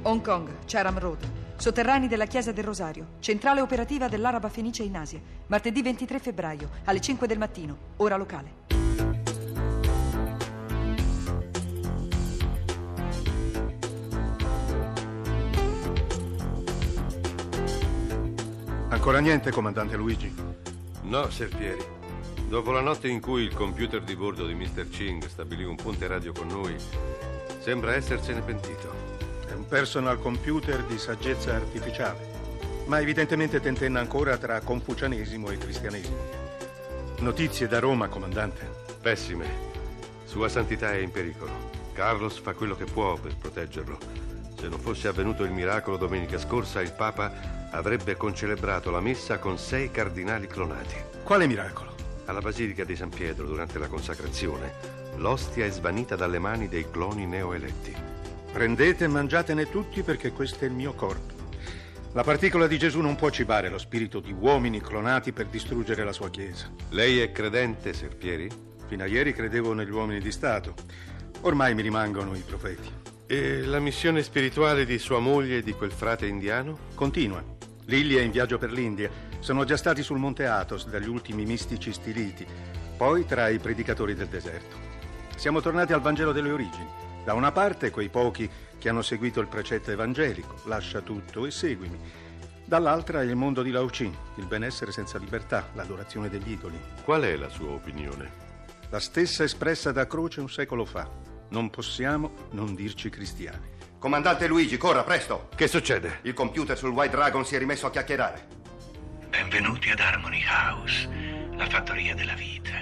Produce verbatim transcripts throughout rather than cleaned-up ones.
Hong Kong, Chatham Road. Sotterranei della Chiesa del Rosario. Centrale operativa dell'Araba Fenice in Asia. Martedì ventitré febbraio, alle cinque del mattino, ora locale. Ancora niente, comandante Luigi? No, Serpieri. Dopo la notte in cui il computer di bordo di mister Ching stabilì un ponte radio con noi, sembra essersene pentito. È un personal computer di saggezza artificiale, ma evidentemente tentenna ancora tra confucianesimo e cristianesimo. Notizie da Roma, comandante? Pessime. Sua Santità è in pericolo. Carlos fa quello che può per proteggerlo. Se non fosse avvenuto il miracolo domenica scorsa, il Papa avrebbe concelebrato la messa con sei cardinali clonati. Quale miracolo? Alla Basilica di San Pietro, durante la consacrazione, l'ostia è svanita dalle mani dei cloni neoeletti. Prendete e mangiatene tutti, perché questo è il mio corpo. La particola di Gesù non può cibare lo spirito di uomini clonati per distruggere la sua Chiesa. Lei è credente, Serpieri? Fino a ieri credevo negli uomini di Stato. Ormai mi rimangono i profeti. E la missione spirituale di sua moglie e di quel frate indiano? Continua. Lily è in viaggio per l'India. Sono già stati sul monte Athos dagli ultimi mistici stiliti, poi tra i predicatori del deserto. Siamo tornati al Vangelo delle origini. Da una parte quei pochi che hanno seguito il precetto evangelico, lascia tutto e seguimi. Dall'altra il mondo di Lao Tzu, il benessere senza libertà, l'adorazione degli idoli. Qual è la sua opinione? La stessa espressa da Croce un secolo fa. Non possiamo non dirci cristiani. Comandante Luigi, corra, presto! Che succede? Il computer sul White Dragon si è rimesso a chiacchierare. Benvenuti ad Harmony House, la fattoria della vita.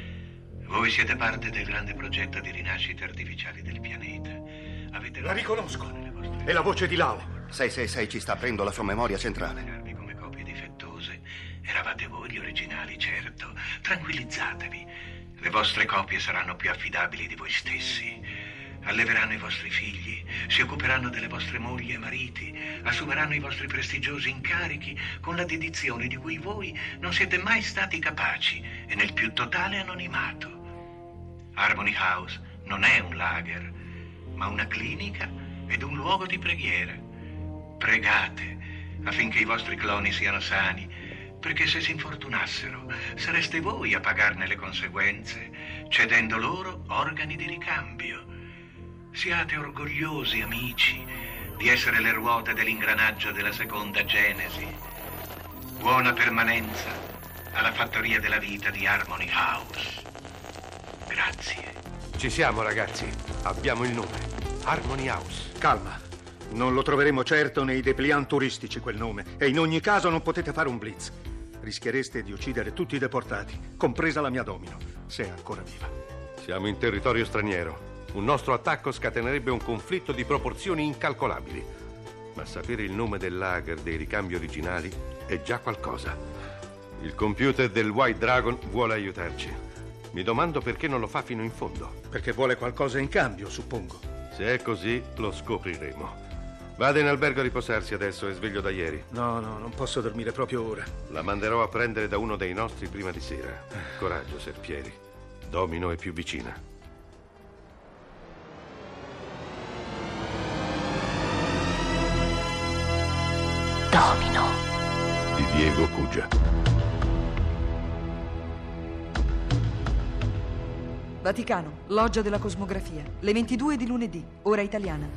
Voi siete parte del grande progetto di rinascite artificiali del pianeta. Avete la riconosco. È la voce di Lao. sei sei sei ci sta aprendo la sua memoria centrale. Come copie difettose. Eravate voi gli originali, certo. Tranquillizzatevi. Le vostre copie saranno più affidabili di voi stessi. Alleveranno i vostri figli, si occuperanno delle vostre mogli e mariti, assumeranno i vostri prestigiosi incarichi con la dedizione di cui voi non siete mai stati capaci e nel più totale anonimato. Harmony House non è un lager, ma una clinica ed un luogo di preghiera. Pregate affinché i vostri cloni siano sani, perché se si infortunassero sareste voi a pagarne le conseguenze, cedendo loro organi di ricambio. Siate orgogliosi, amici, di essere le ruote dell'ingranaggio della seconda genesi. Buona permanenza alla fattoria della vita di Harmony House. Grazie. Ci siamo, ragazzi. Abbiamo il nome. Harmony House. Calma. Non lo troveremo certo nei dépliant turistici quel nome. E in ogni caso non potete fare un blitz. Rischiereste di uccidere tutti i deportati, compresa la mia Domino, se è ancora viva. Siamo in territorio straniero. Un nostro attacco scatenerebbe un conflitto di proporzioni incalcolabili. Ma sapere il nome del lager dei ricambi originali è già qualcosa. Il computer del White Dragon vuole aiutarci. Mi domando perché non lo fa fino in fondo. Perché vuole qualcosa in cambio, suppongo. Se è così, lo scopriremo. Vada in albergo a riposarsi adesso, è sveglio da ieri. No, no, non posso dormire proprio ora. La manderò a prendere da uno dei nostri prima di sera. Coraggio, Serpieri. Domino è più vicina. Domino di Diego Cugia. Vaticano, Loggia della Cosmografia, le ventidue di lunedì, ora italiana.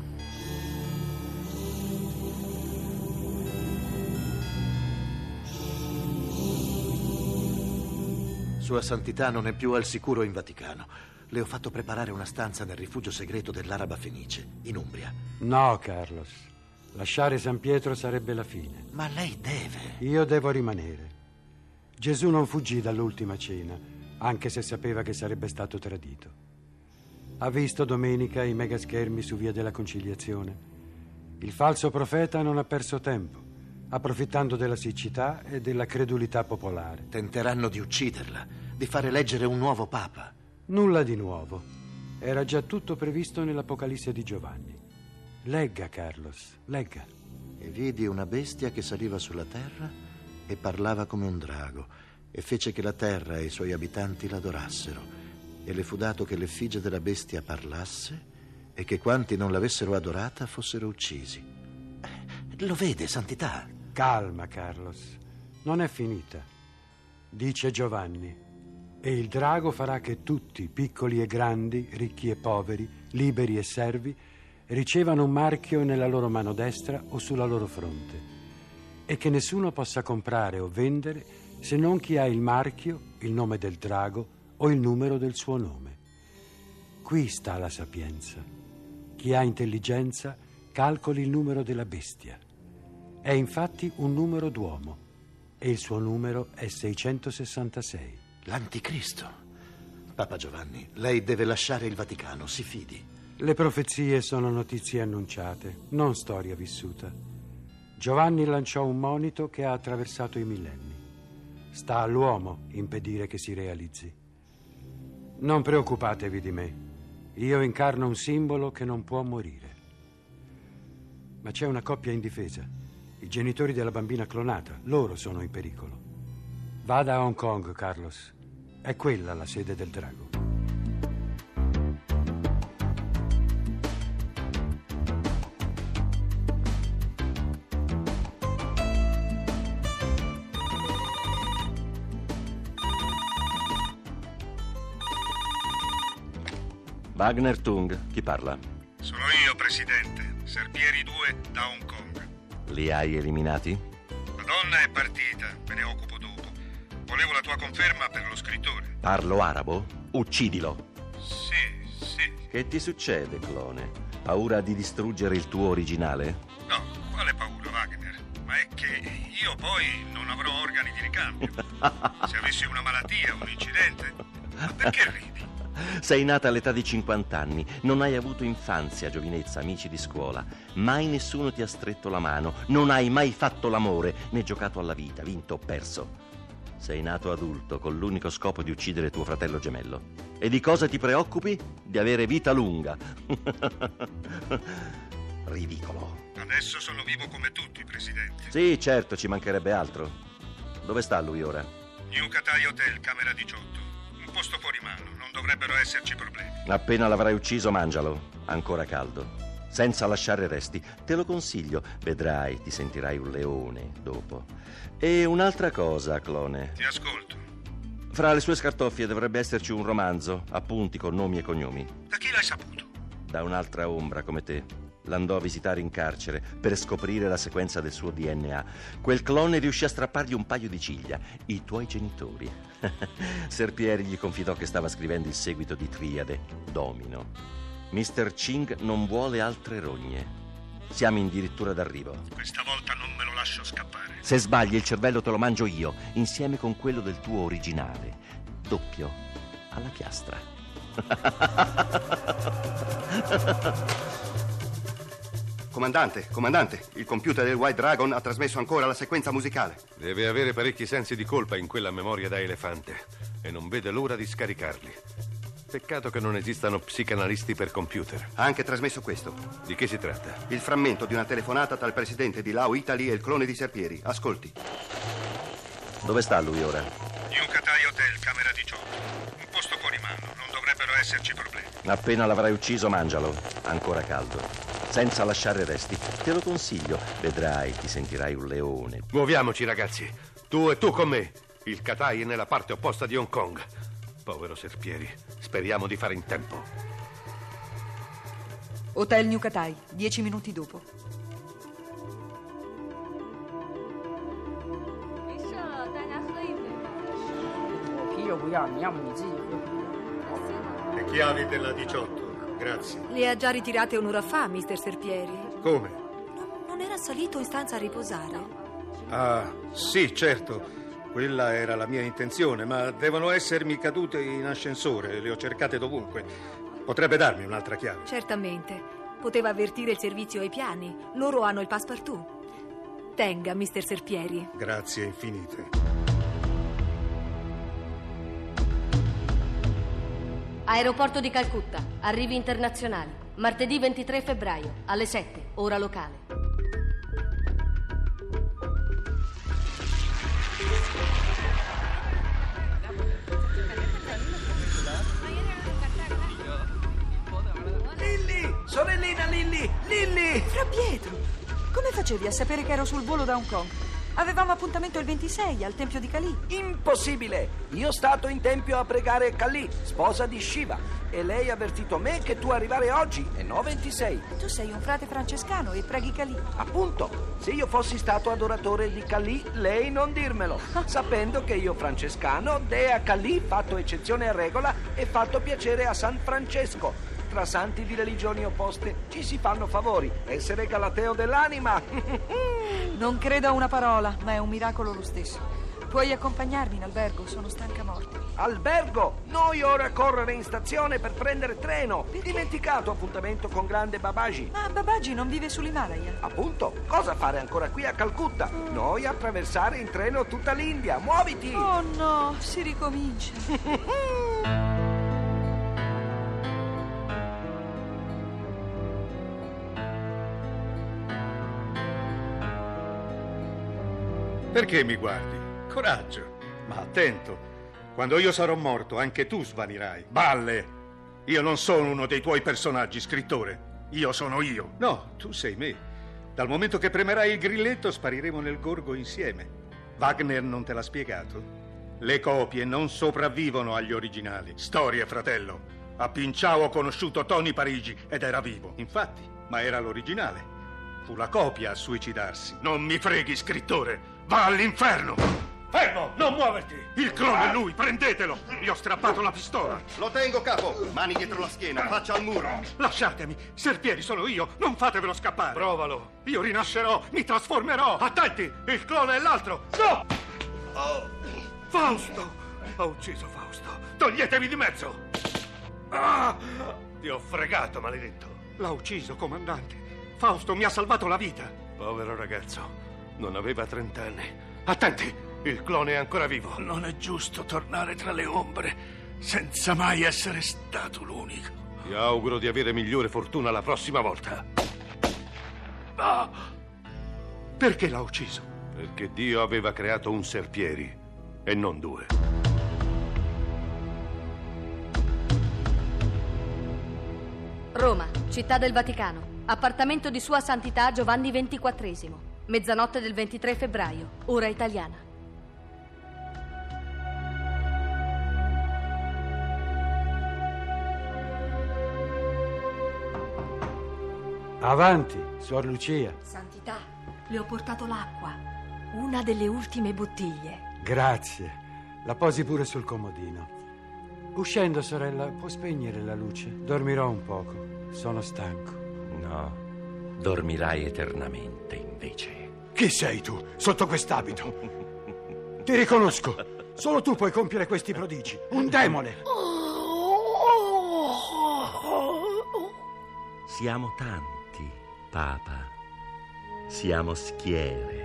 Sua Santità non è più al sicuro in Vaticano. Le ho fatto preparare una stanza nel rifugio segreto dell'Araba Fenice, in Umbria. No, Carlos. Lasciare San Pietro sarebbe la fine. Ma lei deve. Io devo rimanere. Gesù non fuggì dall'ultima cena, anche se sapeva che sarebbe stato tradito. Ha visto domenica i megaschermi su Via della Conciliazione. Il falso profeta non ha perso tempo, approfittando della siccità e della credulità popolare. Tenteranno di ucciderla, di fare eleggere un nuovo papa. Nulla di nuovo. Era già tutto previsto nell'Apocalisse di Giovanni. Legga, Carlos, legga. E vidi una bestia che saliva sulla terra e parlava come un drago, e fece che la terra e i suoi abitanti l'adorassero, e le fu dato che l'effigie della bestia parlasse e che quanti non l'avessero adorata fossero uccisi. Eh, lo vede, Santità? Calma, Carlos. Non è finita. Dice Giovanni: e il drago farà che tutti, piccoli e grandi, ricchi e poveri, liberi e servi, ricevano un marchio nella loro mano destra o sulla loro fronte, e che nessuno possa comprare o vendere se non chi ha il marchio, il nome del drago o il numero del suo nome. Qui sta la sapienza. Chi ha intelligenza calcoli il numero della bestia. È infatti un numero d'uomo e il suo numero è seicentosessantasei. L'Anticristo. Papa Giovanni, lei deve lasciare il Vaticano, si fidi. Le profezie sono notizie annunciate, non storia vissuta. Giovanni lanciò un monito che ha attraversato i millenni. Sta all'uomo impedire che si realizzi. Non preoccupatevi di me. Io incarno un simbolo che non può morire. Ma c'è una coppia indifesa. I genitori della bambina clonata. Loro sono in pericolo. Vada a Hong Kong, Carlos. È quella la sede del drago. Wagner Tung, chi parla? Sono io, Presidente. Serpieri due da Hong Kong. Li hai eliminati? La donna è partita, me ne occupo dopo. Volevo la tua conferma per lo scrittore. Parlo arabo? Uccidilo. Sì, sì. Che ti succede, clone? Paura di distruggere il tuo originale? No, quale paura, Wagner? Ma è che io poi non avrò organi di ricambio. Se avessi una malattia, un incidente. Ma perché ridi? Sei nata all'età di cinquanta anni, non hai avuto infanzia, giovinezza, amici di scuola. Mai nessuno ti ha stretto la mano, non hai mai fatto l'amore, né giocato alla vita, vinto o perso. Sei nato adulto con l'unico scopo di uccidere tuo fratello gemello. E di cosa ti preoccupi? Di avere vita lunga. Ridicolo. Adesso sono vivo come tutti, Presidente. Sì, certo, ci mancherebbe altro. Dove sta lui ora? New Cathay Hotel, camera diciotto. Un posto fuori mano, non dovrebbero esserci problemi. Appena l'avrai ucciso, mangialo, ancora caldo, senza lasciare resti. Te lo consiglio, vedrai, ti sentirai un leone dopo. E un'altra cosa, clone. Ti ascolto. Fra le sue scartoffie dovrebbe esserci un romanzo, appunti con nomi e cognomi. Da chi l'hai saputo? Da un'altra ombra come te. L'andò a visitare in carcere per scoprire la sequenza del suo D N A. Quel clone riuscì a strappargli un paio di ciglia, i tuoi genitori. Serpieri gli confidò che stava scrivendo il seguito di Triade, Domino. mister Ching non vuole altre rogne. Siamo addirittura d'arrivo. Questa volta non me lo lascio scappare. Se sbagli il cervello te lo mangio io, insieme con quello del tuo originale. Doppio alla piastra. Comandante, comandante, il computer del White Dragon ha trasmesso ancora la sequenza musicale. Deve avere parecchi sensi di colpa in quella memoria da elefante e non vede l'ora di scaricarli. Peccato che non esistano psicanalisti per computer. Ha anche trasmesso questo. Di che si tratta? Il frammento di una telefonata tra il presidente di Lao Italy e il clone di Serpieri. Ascolti. Dove sta lui ora? New Cathay Hotel, camera diciotto. Un posto fuori mano, non dovrebbero esserci problemi. Appena l'avrai ucciso, mangialo, ancora caldo, senza lasciare resti. Te lo consiglio, vedrai, ti sentirai un leone. Muoviamoci, ragazzi. Tu e tu con me. Il Cathay è nella parte opposta di Hong Kong. Povero Serpieri, speriamo di fare in tempo. Hotel New Cathay, dieci minuti dopo. Le chiavi della diciotto, grazie. Le ha già ritirate un'ora fa, mister Serpieri. Come? Non, non era salito in stanza a riposare? Ah, sì, certo. Quella era la mia intenzione, ma devono essermi cadute in ascensore. Le ho cercate dovunque. Potrebbe darmi un'altra chiave? Certamente. Poteva avvertire il servizio ai piani. Loro hanno il passepartout. Tenga, mister Serpieri. Grazie infinite. Aeroporto di Calcutta, arrivi internazionali. Martedì ventitré febbraio, alle sette, ora locale. Lilli, Sorellina Lilli! Lilli! Fra Pietro, come facevi a sapere che ero sul volo da Hong Kong? Avevamo appuntamento il ventisei al tempio di Kali. Impossibile! Io stato in tempio a pregare Kali, sposa di Shiva, e lei ha avvertito me che tu arrivare oggi e no ventisei. Tu sei un frate francescano e preghi Kali. Appunto, se io fossi stato adoratore di Kali, lei non dirmelo, sapendo che io francescano, dea Kali, fatto eccezione a regola e fatto piacere a San Francesco. Tra santi di religioni opposte ci si fanno favori. Essere galateo dell'anima. Non credo a una parola, ma è un miracolo lo stesso. Puoi accompagnarmi in albergo? Sono stanca morta. Albergo? Noi ora correre in stazione per prendere treno. Perché? Dimenticato appuntamento con grande Babaji. Ma Babaji non vive sull'Himalaya. Appunto, cosa fare ancora qui a Calcutta? Noi attraversare in treno tutta l'India. Muoviti! Oh no, si ricomincia. Perché mi guardi? Coraggio, ma attento. Quando io sarò morto, anche tu svanirai. Balle! Io non sono uno dei tuoi personaggi, scrittore. Io sono io. No, tu sei me. Dal momento che premerai il grilletto, spariremo nel gorgo insieme. Wagner non te l'ha spiegato? Le copie non sopravvivono agli originali. Storie, fratello. A Pinciao ho conosciuto Tony Parigi ed era vivo. Infatti, ma era l'originale. Fu la copia a suicidarsi. Non mi freghi, scrittore. Va all'inferno! Fermo! Non muoverti! Il clone è lui, prendetelo! Gli ho strappato la pistola! Lo tengo, capo! Mani dietro la schiena, faccia al muro! Lasciatemi! Serpieri sono io! Non fatevelo scappare! Provalo! Io rinascerò! Mi trasformerò! Attenti! Il clone è l'altro! No! Oh. Fausto! Ho ucciso Fausto! Toglietevi di mezzo! Ah! Ti ho fregato, maledetto! L'ha ucciso, comandante! Fausto mi ha salvato la vita! Povero ragazzo! Non aveva trent'anni. Attenti, il clone è ancora vivo. Non è giusto tornare tra le ombre senza mai essere stato l'unico. Ti auguro di avere migliore fortuna la prossima volta. Ah! Perché l'ha ucciso? Perché Dio aveva creato un Serpieri e non due. Roma, città del Vaticano. Appartamento di Sua Santità Giovanni ventiquattresimo. Mezzanotte del ventitré febbraio, ora italiana. Avanti, Suor Lucia. Santità, le ho portato l'acqua, una delle ultime bottiglie. Grazie. La posi pure sul comodino. Uscendo, sorella, può spegnere la luce? Dormirò un poco. Sono stanco. No, dormirai eternamente invece. Chi sei tu, sotto quest'abito? Ti riconosco. Solo tu puoi compiere questi prodigi. Un demone. Siamo tanti, Papa. Siamo schiere.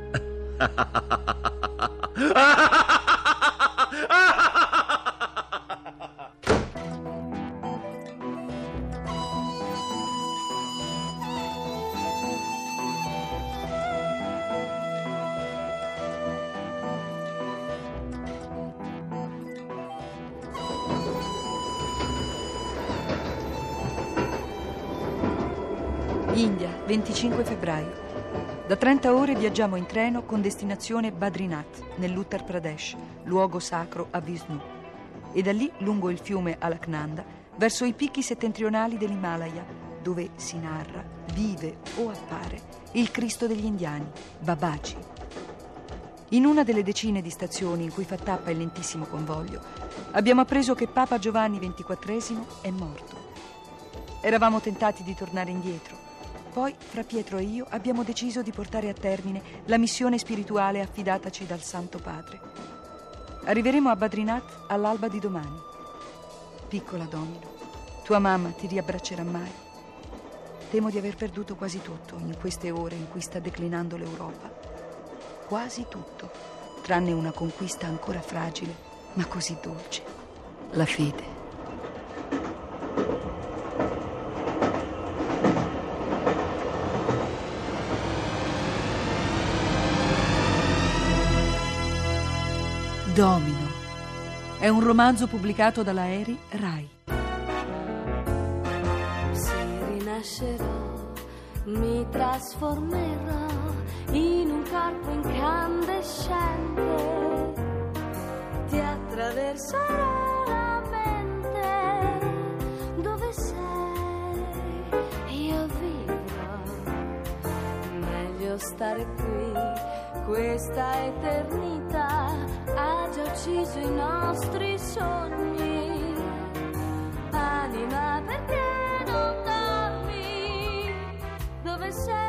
India, venticinque febbraio. Da trenta ore viaggiamo in treno con destinazione Badrinath, nell'Uttar Pradesh, luogo sacro a Vishnu. E da lì, lungo il fiume Alaknanda, verso i picchi settentrionali dell'Himalaya, dove si narra, vive o appare il Cristo degli indiani, Babaji. In una delle decine di stazioni in cui fa tappa il lentissimo convoglio, abbiamo appreso che Papa Giovanni ventiquattresimo è morto. Eravamo tentati di tornare indietro. Poi, fra Pietro e io, abbiamo deciso di portare a termine la missione spirituale affidataci dal Santo Padre. Arriveremo a Badrinath all'alba di domani. Piccola Domino, tua mamma ti riabbraccerà mai? Temo di aver perduto quasi tutto in queste ore in cui sta declinando l'Europa. Quasi tutto, tranne una conquista ancora fragile, ma così dolce. La fede. Domino è un romanzo pubblicato dalla Eri Rai. Si rinascerò, mi trasformerò in un corpo incandescente, ti attraverserò la mente, dove sei io vivrò, meglio stare qui, questa eternità ha già ucciso i nostri sogni, anima perché non dormi, dove sei?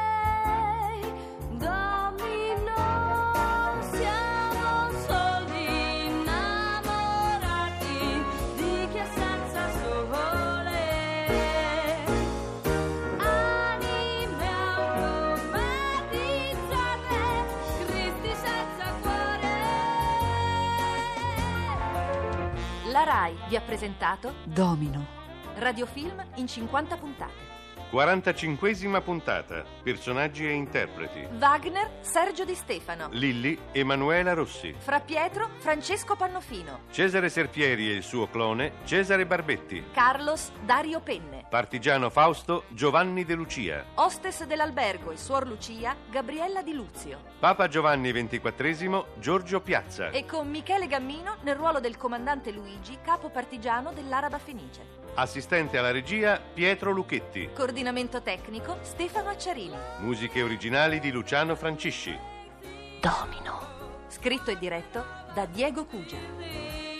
La Rai vi ha presentato Domino, radiofilm in cinquanta puntate. quarantacinquesima puntata. Personaggi e interpreti. Wagner, Sergio Di Stefano. Lilli, Emanuela Rossi. Fra Pietro, Francesco Pannofino. Cesare Serpieri e il suo clone, Cesare Barbetti. Carlos, Dario Penne. Partigiano Fausto, Giovanni De Lucia. Hostess dell'albergo e suor Lucia, Gabriella Di Luzio. Papa Giovanni ventiquattresimo, Giorgio Piazza. E con Michele Gammino nel ruolo del comandante Luigi, capo partigiano dell'Araba Fenice. Assistente alla regia, Pietro Lucchetti. Coordinamento tecnico, Stefano Acciarini. Musiche originali di Luciano Francisci. Domino. Scritto e diretto da Diego Cugia.